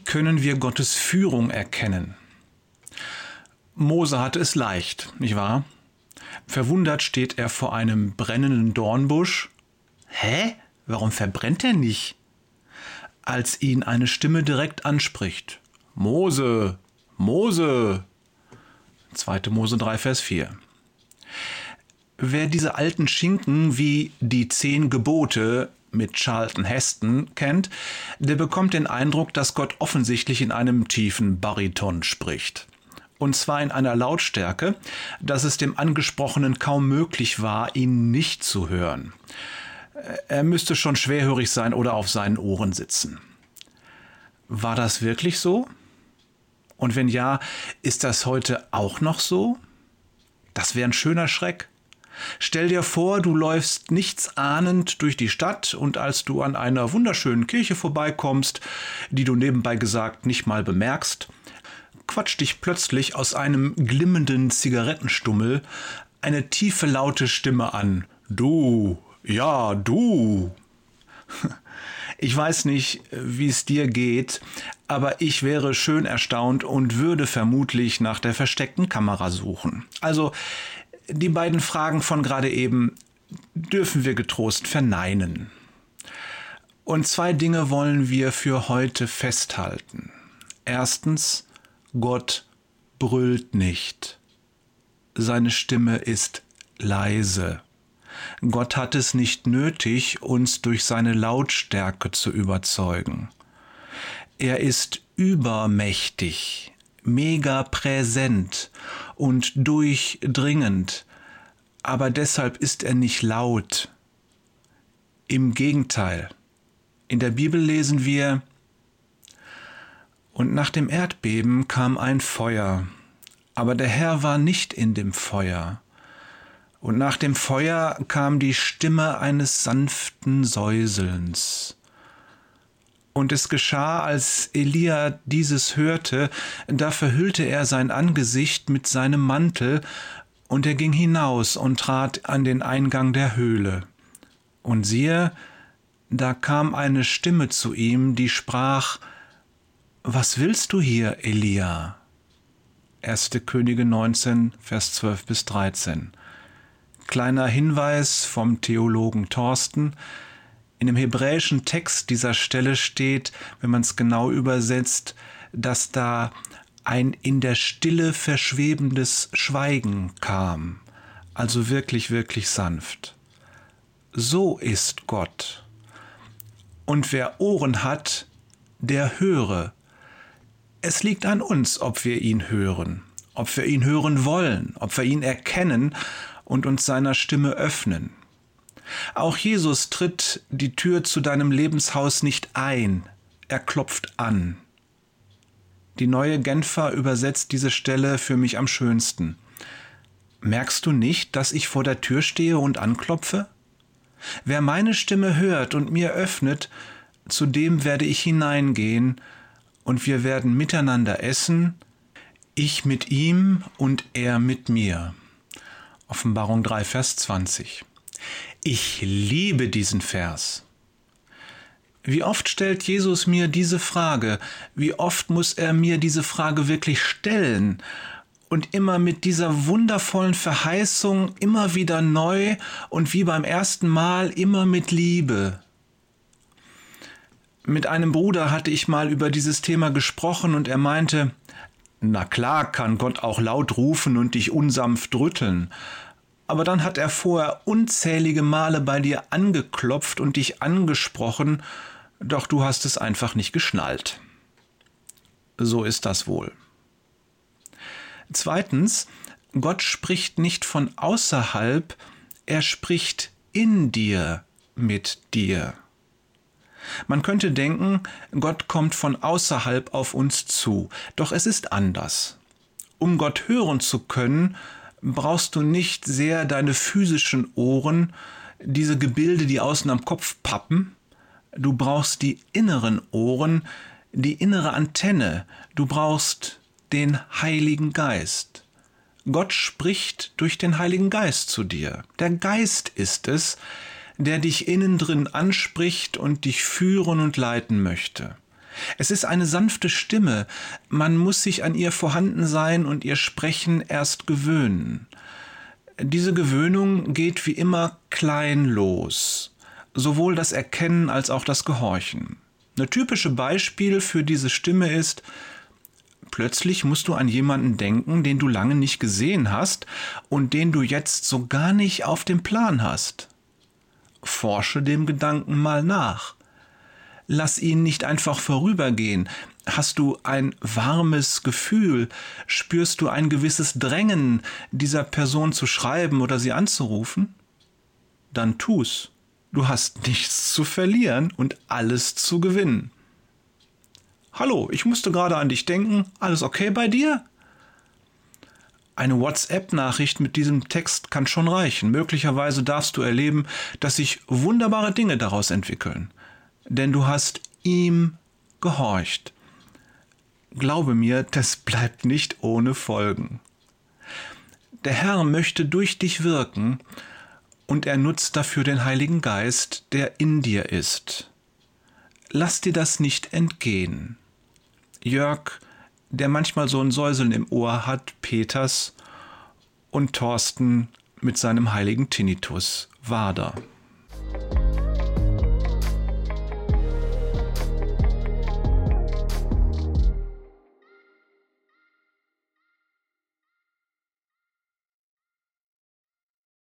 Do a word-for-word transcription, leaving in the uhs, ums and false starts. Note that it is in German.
können wir Gottes Führung erkennen? Mose hatte es leicht, nicht wahr? Verwundert steht er vor einem brennenden Dornbusch. Hä? Warum verbrennt er nicht? Als ihn eine Stimme direkt anspricht. Mose, Mose. zweiter Mose drei, Vers vier. Wer diese alten Schinken wie die Zehn Gebote mit Charlton Heston kennt, der bekommt den Eindruck, dass Gott offensichtlich in einem tiefen Bariton spricht. Und zwar in einer Lautstärke, dass es dem Angesprochenen kaum möglich war, ihn nicht zu hören. Er müsste schon schwerhörig sein oder auf seinen Ohren sitzen. War das wirklich so? Und wenn ja, ist das heute auch noch so? Das wäre ein schöner Schreck. Stell dir vor, du läufst nichtsahnend durch die Stadt und als du an einer wunderschönen Kirche vorbeikommst, die du nebenbei gesagt nicht mal bemerkst, quatscht dich plötzlich aus einem glimmenden Zigarettenstummel eine tiefe, laute Stimme an. Du, ja, du. Ich weiß nicht, wie es dir geht, aber ich wäre schön erstaunt und würde vermutlich nach der versteckten Kamera suchen. Also, die beiden Fragen von gerade eben dürfen wir getrost verneinen. Und zwei Dinge wollen wir für heute festhalten. Erstens, Gott brüllt nicht. Seine Stimme ist leise. Gott hat es nicht nötig, uns durch seine Lautstärke zu überzeugen. Er ist übermächtig, mega präsent und durchdringend, aber deshalb ist er nicht laut. Im Gegenteil. In der Bibel lesen wir: Und nach dem Erdbeben kam ein Feuer, aber der Herr war nicht in dem Feuer. Und nach dem Feuer kam die Stimme eines sanften Säuselns. Und es geschah, als Elia dieses hörte, da verhüllte er sein Angesicht mit seinem Mantel, und er ging hinaus und trat an den Eingang der Höhle. Und siehe, da kam eine Stimme zu ihm, die sprach: Was willst du hier, Elia? erster Könige neunzehn, Vers zwölf bis dreizehn. Kleiner Hinweis vom Theologen Thorsten: In dem hebräischen Text dieser Stelle steht, wenn man es genau übersetzt, dass da ein in der Stille verschwebendes Schweigen kam. Also wirklich, wirklich sanft. So ist Gott. Und wer Ohren hat, der höre. Es liegt an uns, ob wir ihn hören, ob wir ihn hören wollen, ob wir ihn erkennen und uns seiner Stimme öffnen. Auch Jesus tritt die Tür zu deinem Lebenshaus nicht ein, er klopft an. Die Neue Genfer übersetzt diese Stelle für mich am schönsten. Merkst du nicht, dass ich vor der Tür stehe und anklopfe? Wer meine Stimme hört und mir öffnet, zu dem werde ich hineingehen und wir werden miteinander essen, ich mit ihm und er mit mir. Offenbarung drei, Vers zwanzig. Ich liebe diesen Vers. Wie oft stellt Jesus mir diese Frage? Wie oft muss er mir diese Frage wirklich stellen? Und immer mit dieser wundervollen Verheißung, immer wieder neu und wie beim ersten Mal immer mit Liebe. Mit einem Bruder hatte ich mal über dieses Thema gesprochen und er meinte: Na klar kann Gott auch laut rufen und dich unsanft rütteln. Aber dann hat er vorher unzählige Male bei dir angeklopft und dich angesprochen, doch du hast es einfach nicht geschnallt. So ist das wohl. Zweitens, Gott spricht nicht von außerhalb, er spricht in dir, mit dir. Man könnte denken, Gott kommt von außerhalb auf uns zu, doch es ist anders. Um Gott hören zu können, brauchst du nicht sehr deine physischen Ohren, diese Gebilde, die außen am Kopf pappen. Du brauchst die inneren Ohren, die innere Antenne. Du brauchst den Heiligen Geist. Gott spricht durch den Heiligen Geist zu dir. Der Geist ist es, der dich innen drin anspricht und dich führen und leiten möchte. Es ist eine sanfte Stimme. Man muss sich an ihr Vorhandensein und ihr Sprechen erst gewöhnen. Diese Gewöhnung geht wie immer klein los. Sowohl das Erkennen als auch das Gehorchen. Ein typisches Beispiel für diese Stimme ist: Plötzlich musst du an jemanden denken, den du lange nicht gesehen hast und den du jetzt so gar nicht auf dem Plan hast. Forsche dem Gedanken mal nach. Lass ihn nicht einfach vorübergehen. Hast du ein warmes Gefühl? Spürst du ein gewisses Drängen, dieser Person zu schreiben oder sie anzurufen? Dann tu's. Du hast nichts zu verlieren und alles zu gewinnen. Hallo, ich musste gerade an dich denken. Alles okay bei dir? Eine WhatsApp-Nachricht mit diesem Text kann schon reichen. Möglicherweise darfst du erleben, dass sich wunderbare Dinge daraus entwickeln. Denn du hast ihm gehorcht. Glaube mir, das bleibt nicht ohne Folgen. Der Herr möchte durch dich wirken und er nutzt dafür den Heiligen Geist, der in dir ist. Lass dir das nicht entgehen. Jörg, der manchmal so ein Säuseln im Ohr hat, Peters, und Thorsten mit seinem heiligen Tinnitus, Wader.